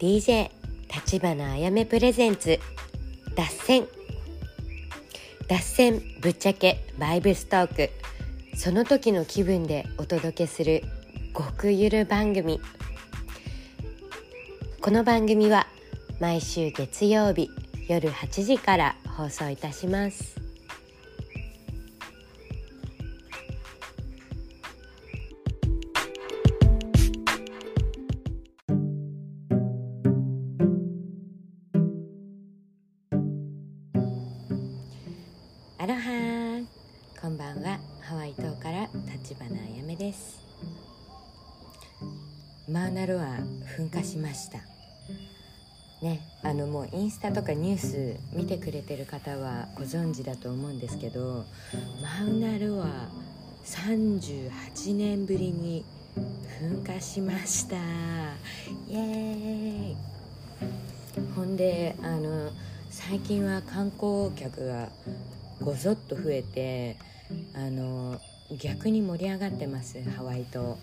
DJ 立花あやめプレゼンツ脱線ぶっちゃけバイブストーク、その時の気分でお届けする極ゆる番組。この番組は毎週月曜日夜8時から放送いたします。アロハー、こんばんは。ハワイ島から立花あやめです。マウナロア噴火しましたね。もうインスタとかニュース見てくれてる方はご存知だと思うんですけど、マウナロア38年ぶりに噴火しました。イエーイ。ほんで最近は観光客がごぞっと増えて逆に盛り上がってます、ハワイ島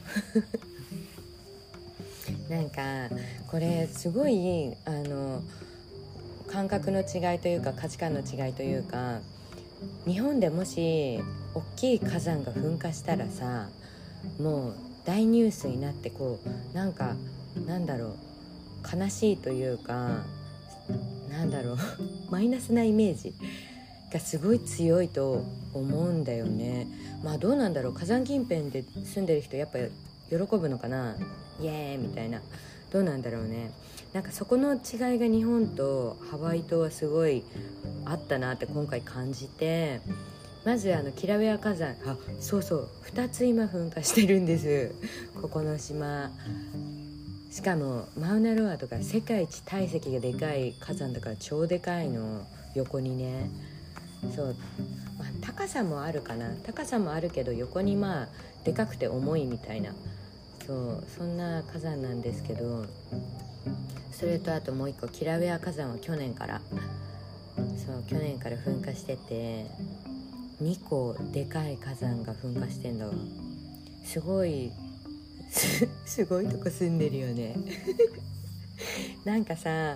なんかこれすごい感覚の違いというか価値観の違いというか、日本でもし大きい火山が噴火したらさ、もう大ニュースになってなんだろう、悲しいというかマイナスなイメージがすごい強いと思うんだよね。まあどうなんだろう、火山近辺で住んでる人やっぱ喜ぶのかな、イエーイみたいな、どうなんだろうね。なんかそこの違いが日本とハワイ島はすごいあったなって今回感じて、まずキラウェア火山、そう2つ今噴火してるんです、ここの島。しかもマウナロアとか世界一体積がでかい火山だから超でかいの、横にね。そう、高さもあるけど横にでかくて重いみたいな、そんな火山なんですけど、それとあともう一個キラウェア火山は去年から噴火してて、2個でかい火山が噴火してんだわ。すごいとこ住んでるよねなんかさ、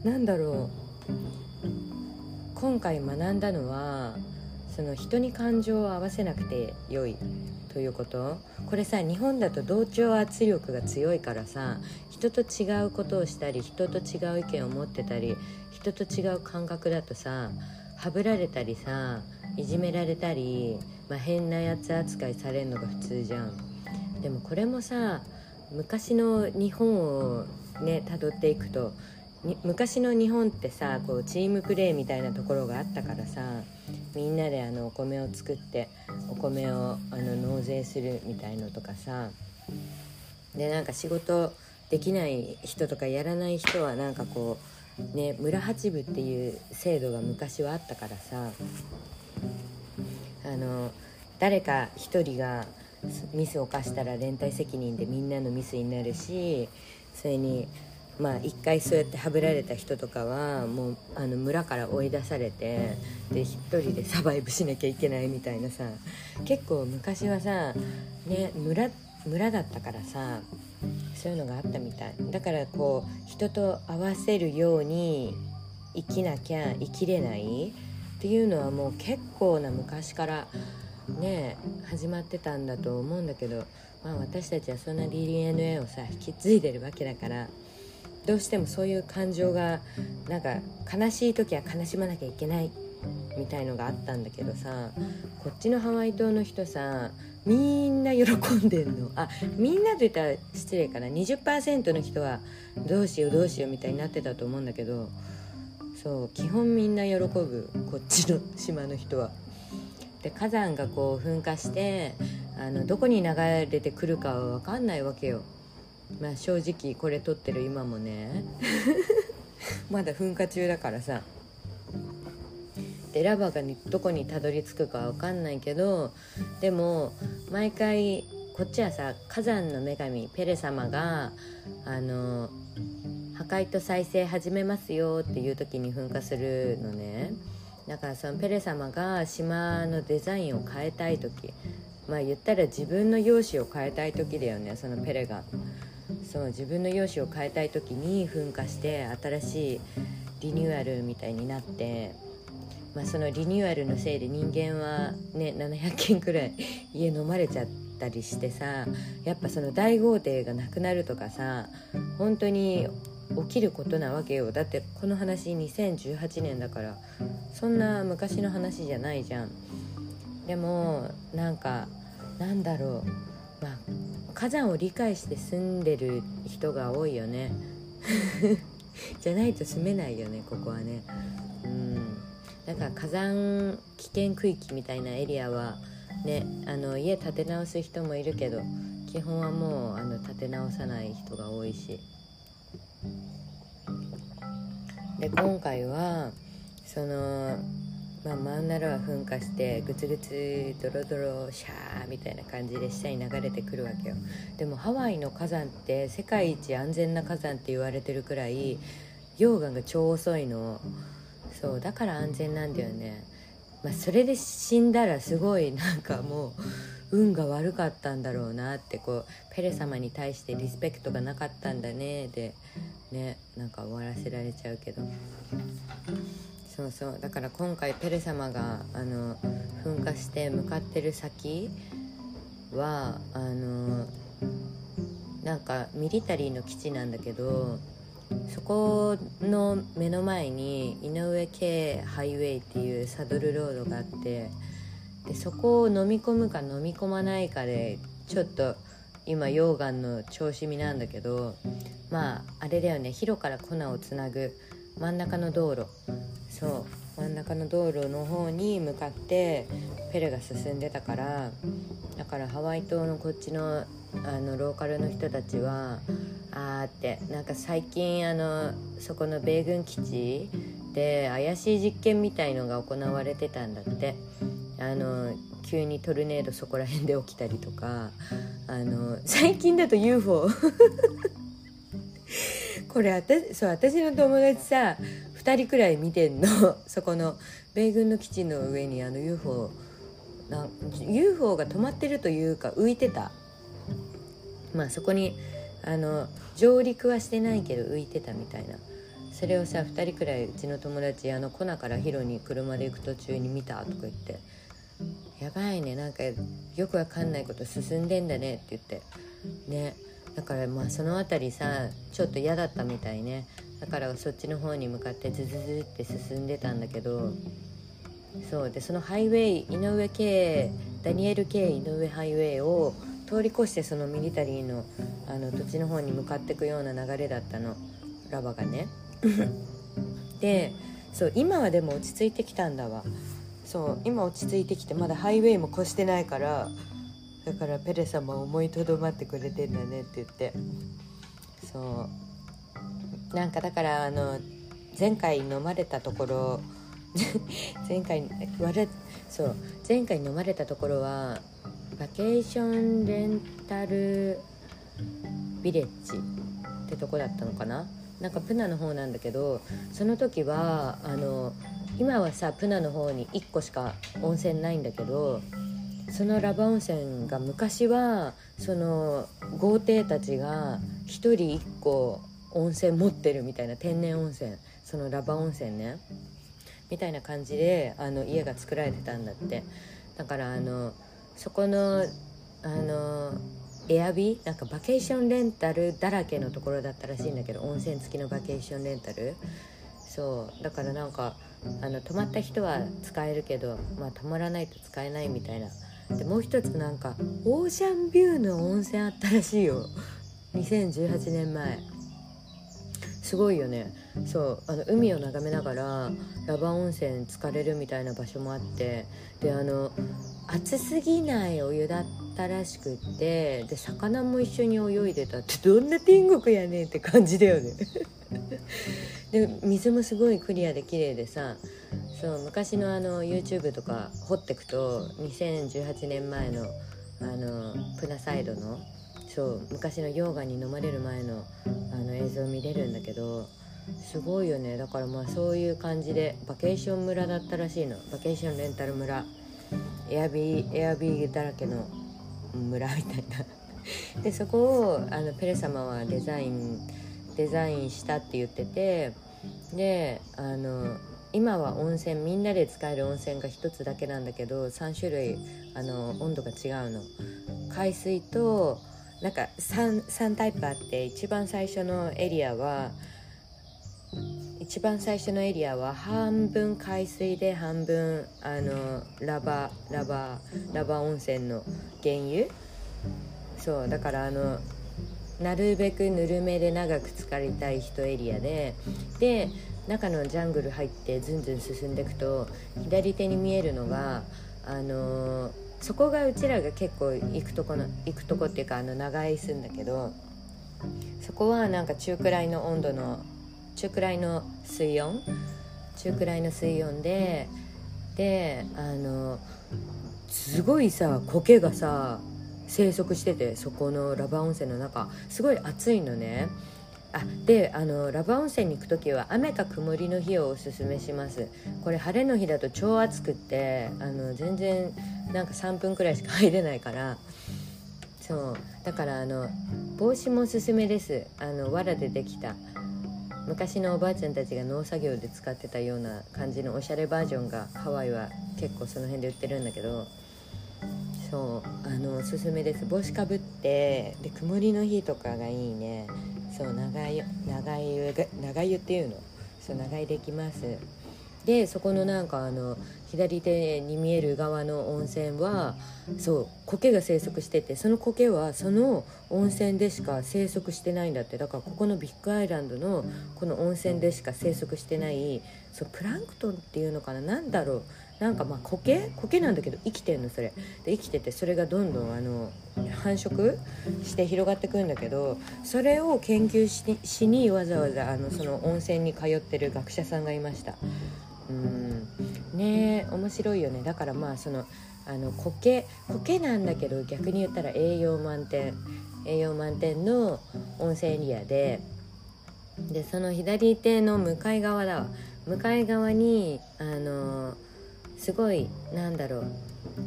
今回学んだのは、その人に感情を合わせなくて良いということ。これさ、日本だと同調圧力が強いからさ、人と違うことをしたり、人と違う意見を持ってたり、人と違う感覚だとさ、はぶられたりさ、いじめられたり、変なやつ扱いされるのが普通じゃん。でもこれもさ、昔の日本をね辿っていくと、昔の日本ってさ、チームプレーみたいなところがあったからさ、みんなでお米を作ってお米を納税するみたいのとかさ、でなんか仕事できない人とかやらない人は村八部っていう制度が昔はあったからさ、誰か一人がミスを犯したら連帯責任でみんなのミスになるし、それに一回そうやってはぶられた人とかはもう村から追い出されて、で一人でサバイブしなきゃいけないみたいなさ、結構昔はさね、村だったからさ、そういうのがあったみたいだから、人と合わせるように生きなきゃ生きれないっていうのはもう結構な昔からね始まってたんだと思うんだけど、私たちはそんな DNA をさ引き継いでるわけだから、どうしてもそういう感情が悲しい時は悲しまなきゃいけないみたいのがあったんだけどさ、こっちのハワイ島の人さ、みんな喜んでんの。みんなと言ったら失礼かな、 20% の人はどうしようみたいになってたと思うんだけど、基本みんな喜ぶ、こっちの島の人は。で火山が噴火してどこに流れてくるかは分かんないわけよ。正直これ撮ってる今もねまだ噴火中だからさ、でラバがどこにたどり着くかは分かんないけど、でも毎回こっちはさ、火山の女神ペレ様が破壊と再生始めますよっていう時に噴火するのね。だからそのペレ様が島のデザインを変えたい時、言ったら自分の容姿を変えたい時だよね、そのペレが。 そう自分の容姿を変えたい時に噴火して新しいリニューアルみたいになって、そのリニューアルのせいで人間はね700件くらい家飲まれちゃったりしてさ、やっぱその大豪邸がなくなるとかさ本当に起きることなわけよ。だってこの話2018年だからそんな昔の話じゃないじゃん。でもなんだろう、火山を理解して住んでる人が多いよねじゃないと住めないよねここはね。だから火山危険区域みたいなエリアはね、家建て直す人もいるけど基本はもう建て直さない人が多いし。で今回はそのマウナロア噴火してグツグツドロドロシャーみたいな感じで下に流れてくるわけよ。でもハワイの火山って世界一安全な火山って言われてるくらい溶岩が超遅いの。そうだから安全なんだよね。それで死んだらすごいもう運が悪かったんだろうなってペレ様に対してリスペクトがなかったんだねでね終わらせられちゃうけど、そうだから今回ペレ様が噴火して向かってる先はミリタリーの基地なんだけど、そこの目の前に井上系ハイウェイっていうサドルロードがあって、でそこを飲み込むか飲み込まないかでちょっと今溶岩の調子見なんだけど、あれだよね、ヒロからコナをつなぐ真ん中の道路、そう真ん中の道路の方に向かってペレが進んでたから、だからハワイ島のこっちのローカルの人たちはって最近そこの米軍基地で怪しい実験みたいのが行われてたんだって。急にトルネードそこら辺で起きたりとか、最近だと UFO これ私の友達さ2人くらい見てんのそこの米軍の基地の上にUFO が止まってるというか浮いてた。そこに上陸はしてないけど浮いてたみたいな。それをさ2人くらいうちの友達コナからヒロに車で行く途中に見たとか言って、やばいねよくわかんないこと進んでんだねって言ってね。だからそのあたりさちょっと嫌だったみたいね。だからそっちの方に向かってズズズって進んでたんだけど、そうでそのハイウェイダニエル系井上ハイウェイを通り越してそのミリタリーの土地の方に向かっていくような流れだったの、ラバがねで今はでも落ち着いてきたんだわ。今落ち着いてきてまだハイウェイも越してないから、だからペレ様思いとどまってくれてんだねって言って、だから前回飲まれたところ前回飲まれたところはバケーションレンタルビレッジってとこだったのかな。プナの方なんだけど、その時は今はさプナの方に1個しか温泉ないんだけど、そのラバ温泉が昔はその豪邸たちが1人1個温泉持ってるみたいな、天然温泉、そのラバ温泉ねみたいな感じで家が作られてたんだって。だからそこのエアビーバケーションレンタルだらけのところだったらしいんだけど、温泉付きのバケーションレンタル、だから泊まった人は使えるけど、泊まらないと使えないみたいな。でもう一つオーシャンビューの温泉あったらしいよ、2018年前。すごいよね。海を眺めながらラバ温泉浸かれるみたいな場所もあって、で熱すぎないお湯だったらしくって、で魚も一緒に泳いでたって、どんな天国やねんって感じだよねで水もすごいクリアで綺麗でさ、昔のYouTube とか掘ってくと2018年前のプナサイドの昔の溶岩に飲まれる前の映像見れるんだけど、すごいよね。だからそういう感じでバケーション村だったらしいの。バケーションレンタル村、エアビーだらけの村みたいなでそこをペレ様はデザインしたって言ってて、で今は温泉みんなで使える温泉が1つだけなんだけど、3種類温度が違うの。海水となんか 3タイプあって、一番最初のエリアは半分海水で半分ラバ温泉の原油。そうだからなるべくぬるめで長く浸かりたい人エリアで中のジャングル入ってずんずん進んでいくと、左手に見えるのがそこがうちらが結構行くとこっていうか長居するんだけど、そこはなんか中くらいの水温ですごいさ苔がさ生息してて、そこのラバ温泉の中すごい暑いのね。でラバ温泉に行くときは雨か曇りの日をおすすめします。これ晴れの日だと超暑くって全然なんか3分くらいしか入れないから、そうだから帽子もおすすめです。藁でできた昔のおばあちゃんたちが農作業で使ってたような感じのおしゃれバージョンがハワイは結構その辺で売ってるんだけど、そうおすすめです。帽子かぶってで曇りの日とかがいいね。そう長湯っていうの、そう長湯できます。でそこのなんか左手に見える側の温泉はそう苔が生息してて、その苔はその温泉でしか生息してないんだって。だからここのビッグアイランドのこの温泉でしか生息してない、そうプランクトンっていうのかな、なんだろう、なんかまあ苔なんだけど生きてんの。それで生きてて、それがどんどん繁殖して広がってくるんだけど、それを研究しにわざわざその温泉に通ってる学者さんがいました。ね、面白いよね。だからまあその苔なんだけど、逆に言ったら栄養満点の温泉エリアで、その左手の向かい側にすごいなんだろう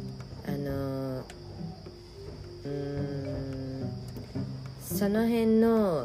その辺の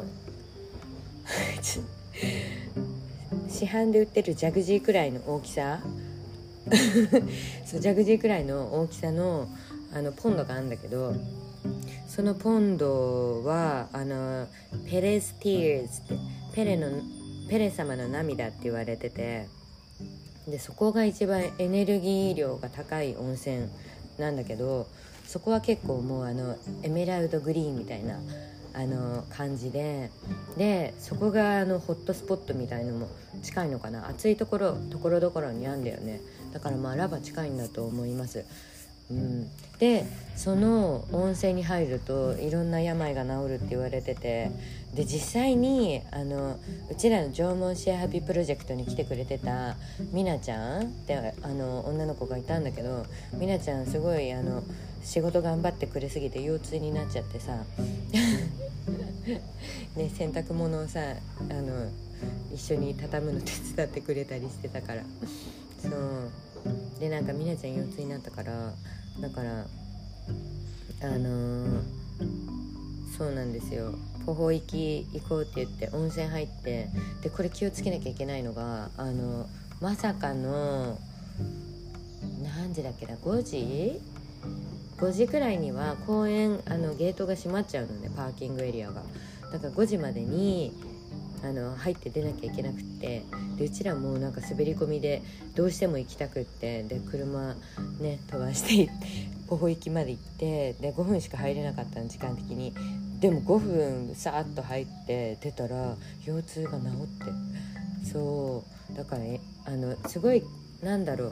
市販で売ってるジャグジーくらいの大きさそうジャグジーくらいの大きさのポンドがあるんだけど、そのポンドはペレスティーズってペレ様の涙って言われてて、でそこが一番エネルギー量が高い温泉なんだけど、そこは結構もうエメラルドグリーンみたいな感じでそこがホットスポットみたいのも近いのかな。暑いところどころにあるんだよね。だからまあラバ近いんだと思います。でその温泉に入るといろんな病が治るって言われてて、で実際にうちらの縄文シェアハピプロジェクトに来てくれてたみなちゃんって女の子がいたんだけど、みなちゃんすごい仕事頑張ってくれすぎて腰痛になっちゃってさね、洗濯物をさ一緒に畳むの手伝ってくれたりしてたからそうでなんかみなちゃん腰痛になったから、だからそうなんですよ、ポホ行こうって言って温泉入って、でこれ気をつけなきゃいけないのがまさかの何時だっけな、5時くらいには公園ゲートが閉まっちゃうのね、パーキングエリアが。だから5時までに入って出なきゃいけなくって、でうちらもなんか滑り込みでどうしても行きたくって、で車ね飛ばしてポホ行きまで行って、で5分しか入れなかったの時間的に。でも5分さーっと入って出たら腰痛が治って、そうだからすごいなんだろう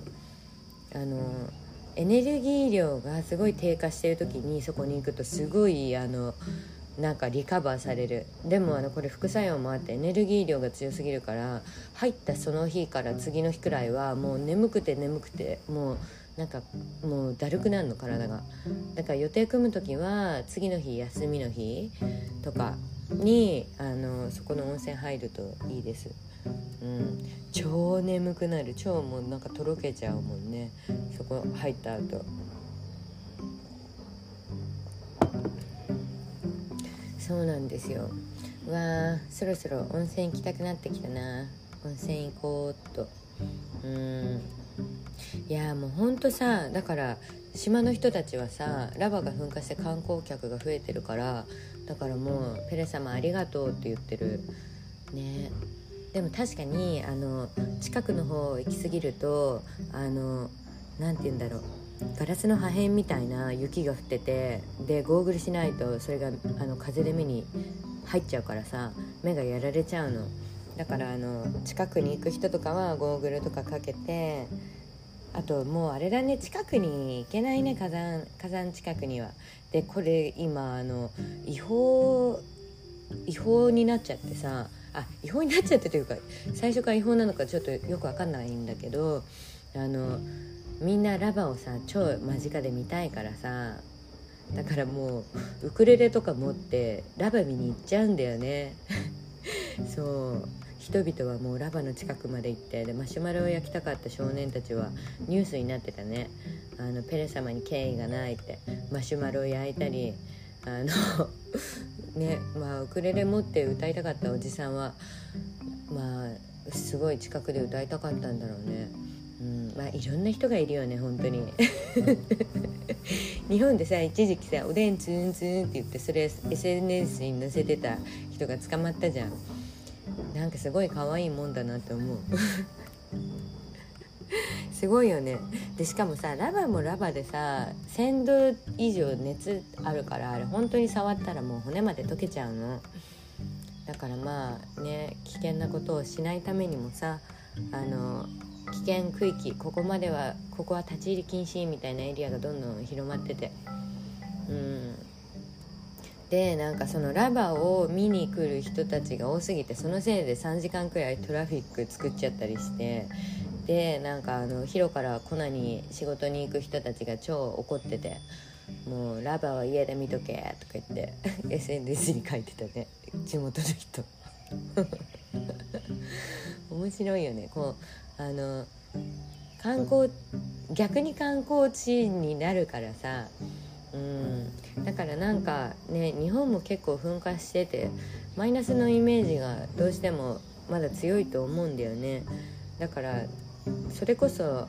エネルギー量がすごい低下してる時にそこに行くとすごいなんかリカバーされる。でもこれ副作用もあってエネルギー量が強すぎるから、入ったその日から次の日くらいはもう眠くてもうなんかもうだるくなるの体が。だから予定組む時は次の日休みの日とかにそこの温泉入るといいです。超眠くなる、超もうなんかとろけちゃうもんね、そこ入った後。 そうなんですよ。わー、そろそろ温泉行きたくなってきたな。温泉行こうっと。いやもうほんとさ、だから島の人たちはさ、ラバが噴火して観光客が増えてるから、だからもうペレ様ありがとうって言ってるね。でも確かに近くの方行き過ぎるとなんて言うんだろう、ガラスの破片みたいな雪が降ってて、でゴーグルしないとそれが風で目に入っちゃうからさ、目がやられちゃうの。だから近くに行く人とかはゴーグルとかかけて、あともうあれだね、近くに行けないね、火山近くには。でこれ今違法になっちゃってさ、違法になっちゃってというか、最初から違法なのかちょっとよく分かんないんだけど、みんなラバをさ超間近で見たいからさ、だからもうウクレレとか持ってラバ見に行っちゃうんだよねそう、人々はもうラバの近くまで行って、でマシュマロを焼きたかった少年たちはニュースになってたね。ペレ様に敬意がないってマシュマロを焼いたり、ね、ウクレレ持って歌いたかったおじさんはすごい近くで歌いたかったんだろうね。いろんな人がいるよね本当に日本でさ一時期さおでんツーンツーンって言ってそれ SNS に載せてた人が捕まったじゃん。なんかすごい可愛いもんだなって思うすごいよね。でしかもさ、ラバもラバでさ1000度以上熱あるから、あれ本当に触ったらもう骨まで溶けちゃうの。だから危険なことをしないためにもさ、危険区域、ここは立ち入り禁止みたいなエリアがどんどん広まってて、でなんかそのラバを見に来る人たちが多すぎて、そのせいで3時間くらいトラフィック作っちゃったりして、でなんか広からコナに仕事に行く人たちが超怒ってて、もうラバは家で見とけとか言って SNS に書いてたね、地元の人面白いよね。こう逆に観光地になるからさ、だからなんかね、日本も結構噴火しててマイナスのイメージがどうしてもまだ強いと思うんだよね。だからそれこそ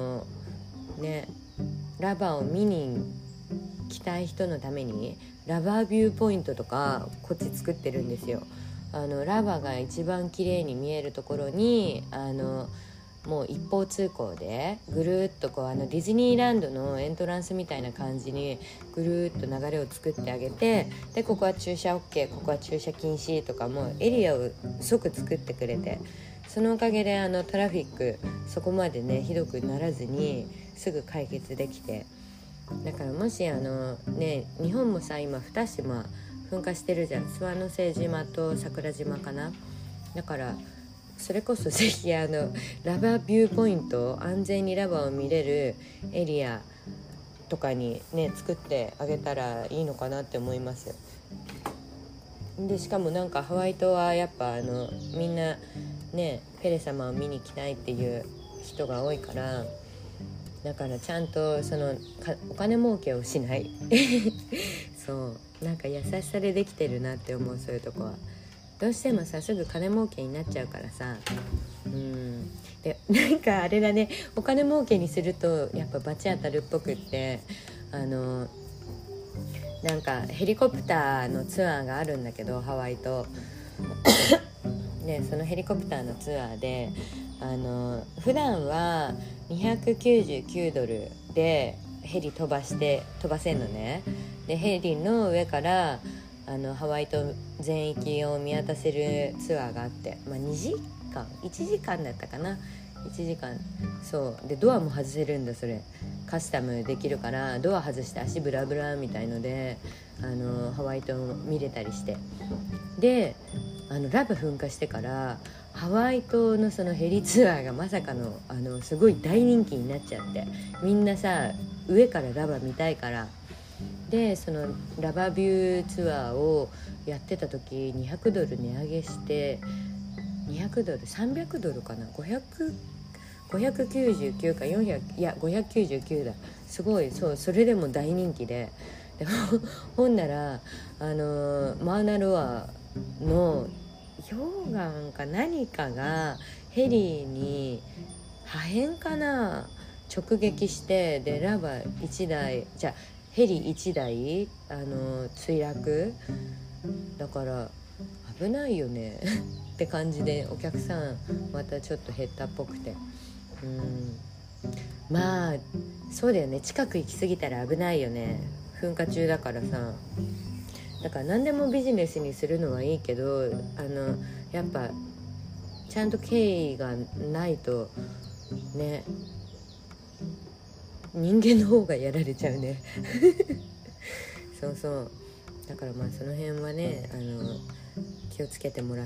ラバを見に来たい人のためにラバービューポイントとかこっち作ってるんですよ。ラバが一番綺麗に見えるところにもう一方通行でぐるっとこうディズニーランドのエントランスみたいな感じにぐるっと流れを作ってあげて、でここは駐車 OK、 ここは駐車禁止とか、もうエリアを即作ってくれて、そのおかげでトラフィックそこまでねひどくならずにすぐ解決できて、だからもし日本もさ今2島噴火してるじゃん。諏訪之瀬島と桜島かな。だからそれこそぜひラバービューポイント、安全にラバーを見れるエリアとかにね作ってあげたらいいのかなって思います。でしかもなんかハワイ島はやっぱみんなねペレ様を見に来たいっていう人が多いから、だからちゃんとお金儲けをしないそうなんか優しさでできてるなって思う。そういうとこはどうしてもさすぐ金儲けになっちゃうからさ、でなんかあれだね、お金儲けにするとやっぱバチ当たるっぽくって、なんかヘリコプターのツアーがあるんだけど、ハワイとでそのヘリコプターのツアーで普段は299ドルでヘリ飛ばせんのね。でヘリの上からハワイ島全域を見渡せるツアーがあって、2時間1時間だったかな、1時間そうで、ドアも外せるんだ。それカスタムできるからドア外して足ブラブラみたいのでハワイ島見れたりして、でラバ噴火してからハワイ島のそのヘリツアーがまさかのすごい大人気になっちゃって、みんなさ上からラバ見たいから。でそのラバビューツアーをやってた時200ドル値上げして、200ドル300ドルかな、599か400、いや599だ、すごい。それでも大人気で、 でほんならマウナロアの溶岩か何かがヘリに破片かな直撃して、でラバ1台じゃヘリ1台墜落だから危ないよねって感じで、お客さんまたちょっと減ったっぽくて、まあそうだよね、近く行き過ぎたら危ないよね、噴火中だからさ。だから何でもビジネスにするのはいいけど、やっぱちゃんと敬意がないとね、人間の方がやられちゃうねそうそう、だからまあその辺はね気をつけてもらって。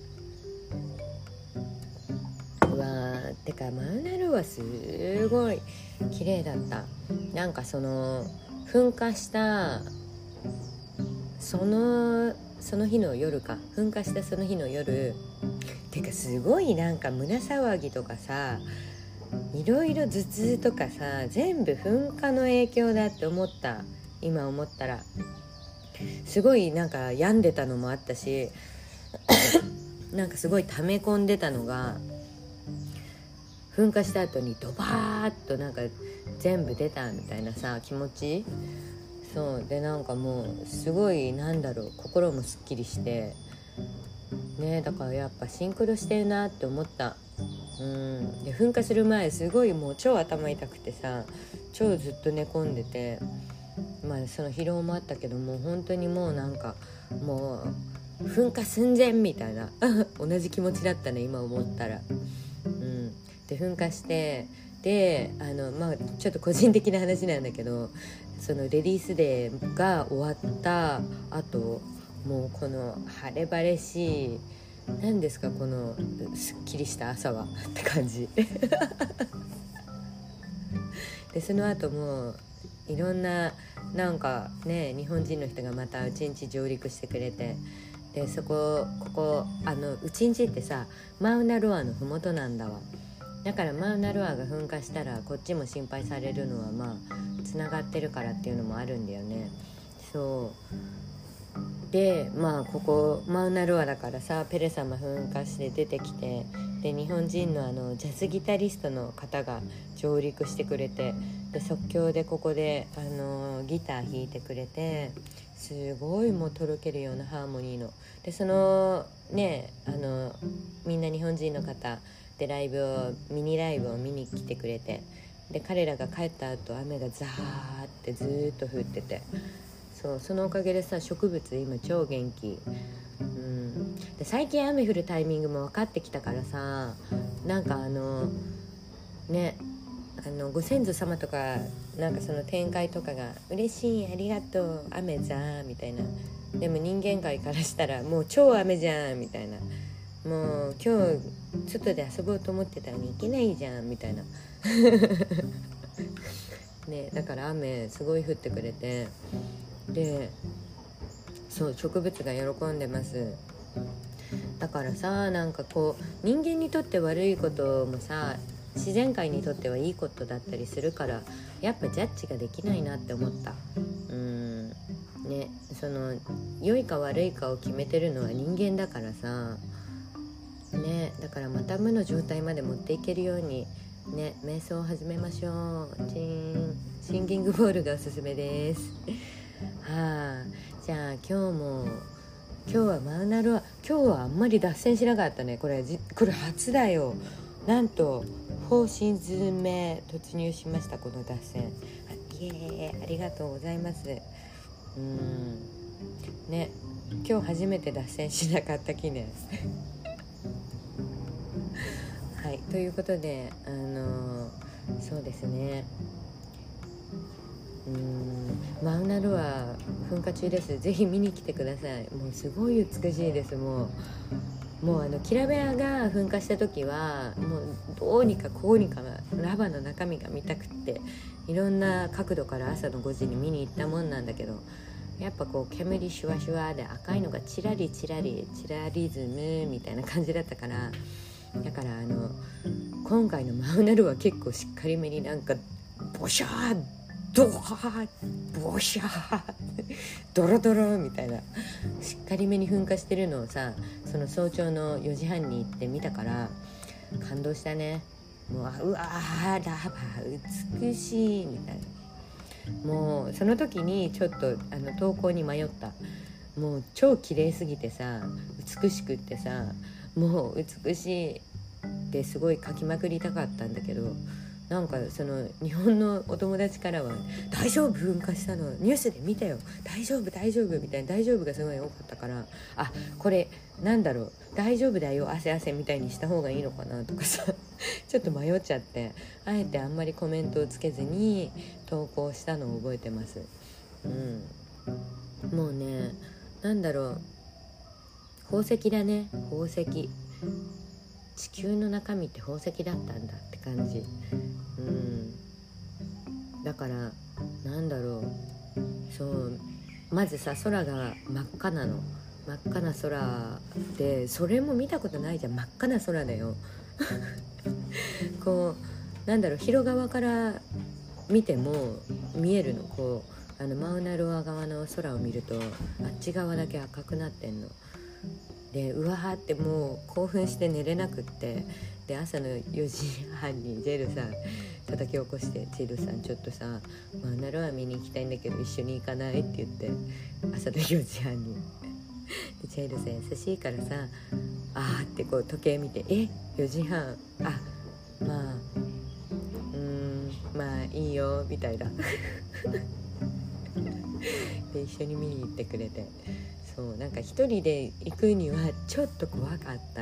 うわー、てかマウナロアはすごい綺麗だった。なんかその噴火したその日の夜か、噴火したその日の夜てかすごいなんか胸騒ぎとかさ、いろいろ頭痛とかさ、全部噴火の影響だって思った。今思ったらすごいなんか病んでたのもあったしなんかすごい溜め込んでたのが噴火した後にドバーッとなんか全部出たみたいなさ気持ち。そうで、なんかもうすごいなんだろう、心もすっきりしてね。だからやっぱシンクロしてるなって思った。で噴火する前すごいもう超頭痛くてさ、超ずっと寝込んでて、まあその疲労もあったけども、本当にもうなんかもう噴火寸前みたいな同じ気持ちだったね今思ったら。で噴火して、でまあちょっと個人的な話なんだけど、そのレディースデーが終わった後、もうこの晴れ晴れしい、何ですかこのすっきりした朝はって感じでその後もいろんななんかね日本人の人がまたうちんち上陸してくれて、でここうちんちってさマウナロアのふもとなんだわ。だからマウナロアが噴火したらこっちも心配されるのはまあつながってるからっていうのもあるんだよね。そうでまあここマウナロアだからさ、ペレ様噴火して出てきて、で日本人のジャズギタリストの方が上陸してくれて、で即興でここでギター弾いてくれて、すごいもうとろけるようなハーモニーの、でそのねみんな日本人の方でミニライブを見に来てくれて、で彼らが帰った後雨がザーってずっと降ってて、そのおかげでさ植物今超元気。で最近雨降るタイミングも分かってきたからさ、なんかねご先祖様とかなんかその天界とかが嬉しいありがとう雨ザーみたいな、でも人間界からしたらもう超雨じゃんみたいな、もう今日外で遊ぼうと思ってたのに行けないじゃんみたいなね、だから雨すごい降ってくれて、でそう植物が喜んでます。だからさなんかこう人間にとって悪いこともさ自然界にとってはいいことだったりするから、やっぱジャッジができないなって思った。ね、その良いか悪いかを決めてるのは人間だからさね、だからまた無の状態まで持っていけるようにね、瞑想を始めましょう。シンギングボールがおすすめですじゃあ今日はマウナロア、今日はあんまり脱線しなかったね。これ初だよ。なんと4シーズン目突入しました、この脱線。イエーイ、ありがとうございます。ね、今日初めて脱線しなかった記念はい、ということでそうですね、マウナロア噴火中です。ぜひ見に来てください。もうすごい美しいです。もうキラベアが噴火した時はもうどうにかこうにかラバの中身が見たくって、いろんな角度から朝の5時に見に行ったもんなんだけど、やっぱこう煙シュワシュワで赤いのがチラリチラリズムみたいな感じだったから、だから今回のマウナロアは結構しっかりめになんかボシャードワーボシャードロドロみたいなしっかりめに噴火してるのをさ、その早朝の4時半に行って見たから感動したね。もううわーラバ美しいみたいな。もうその時にちょっと投稿に迷った。もう超綺麗すぎてさ、美しくってさ、もう美しいってすごい書きまくりたかったんだけど、なんかその日本のお友達からは大丈夫噴火したのニュースで見たよ大丈夫大丈夫みたいな大丈夫がすごい多かったから、あこれなんだろう大丈夫だよ汗汗みたいにした方がいいのかなとかさちょっと迷っちゃって、あえてあんまりコメントをつけずに投稿したのを覚えてます。もうね、なんだろう、宝石だね、宝石。地球の中身って宝石だったんだって感じ。だからなんだろう、そうまずさ空が真っ赤なの、真っ赤な空で、それも見たことないじゃん、真っ赤な空だよこうなんだろう、広側から見ても見えるの、こうマウナロア側の空を見るとあっち側だけ赤くなってんので、うわーってもう興奮して寝れなくって、で朝の4時半にジェルさん叩き起こして、ジェルさんちょっとさマウナロア見に行きたいんだけど一緒に行かないって言って、朝の4時半にでジェルさん優しいからさ、あーってこう時計見て、4時半、あまあいいよみたいなで一緒に見に行ってくれて、そうなんか一人で行くにはちょっと怖かった。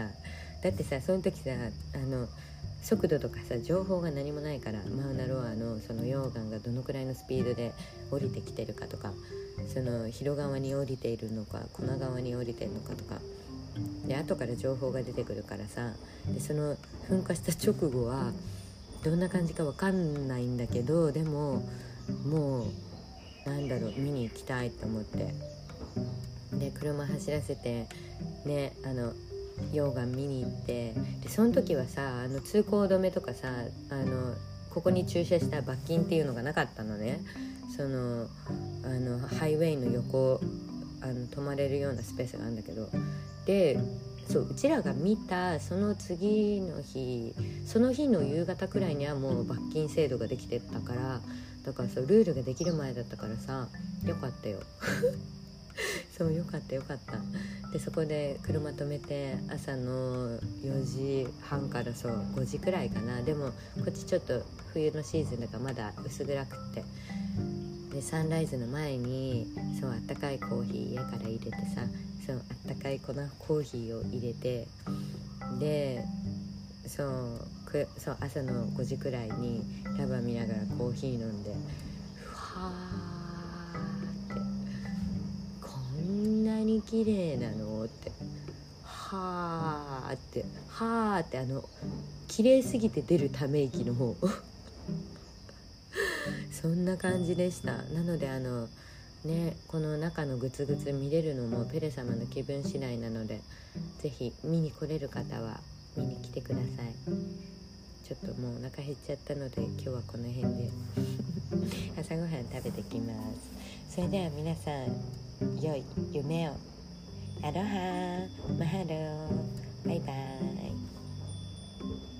だってさその時さ速度とかさ情報が何もないから、マウナロアのその溶岩がどのくらいのスピードで降りてきてるかとか、その広側に降りているのか粉側に降りてるのかとかで、後から情報が出てくるからさ、でその噴火した直後はどんな感じか分かんないんだけど、でももうなんだろう、見に行きたいと思って、で車走らせてね、溶岩見に行って、でその時はさ通行止めとかさここに駐車したら罰金っていうのがなかったのね。そのハイウェイの横止まれるようなスペースがあるんだけど、でそううちらが見たその次の日、その日の夕方くらいにはもう罰金制度ができてたから、だからそうルールができる前だったからさよかったよそうよかったよかった。でそこで車止めて朝の4時半からそう5時くらいかな。でもこっちちょっと冬のシーズンだからまだ薄暗くって、でサンライズの前にそうあったかいコーヒー家から入れてさ、そうあったかい粉コーヒーを入れて、でそう朝の5時くらいにラバー見ながらコーヒー飲んで、ふわーってこんなに綺麗なのって、はーって綺麗すぎて出るため息の方そんな感じでした。なのでね、この中のグツグツ見れるのもペレ様の気分次第なので、ぜひ見に来れる方は見に来てください。ちょっともうお腹減っちゃったので今日はこの辺で朝ごはん食べてきます。それでは皆さん良い夢を。アロハマハロー、バイバイ。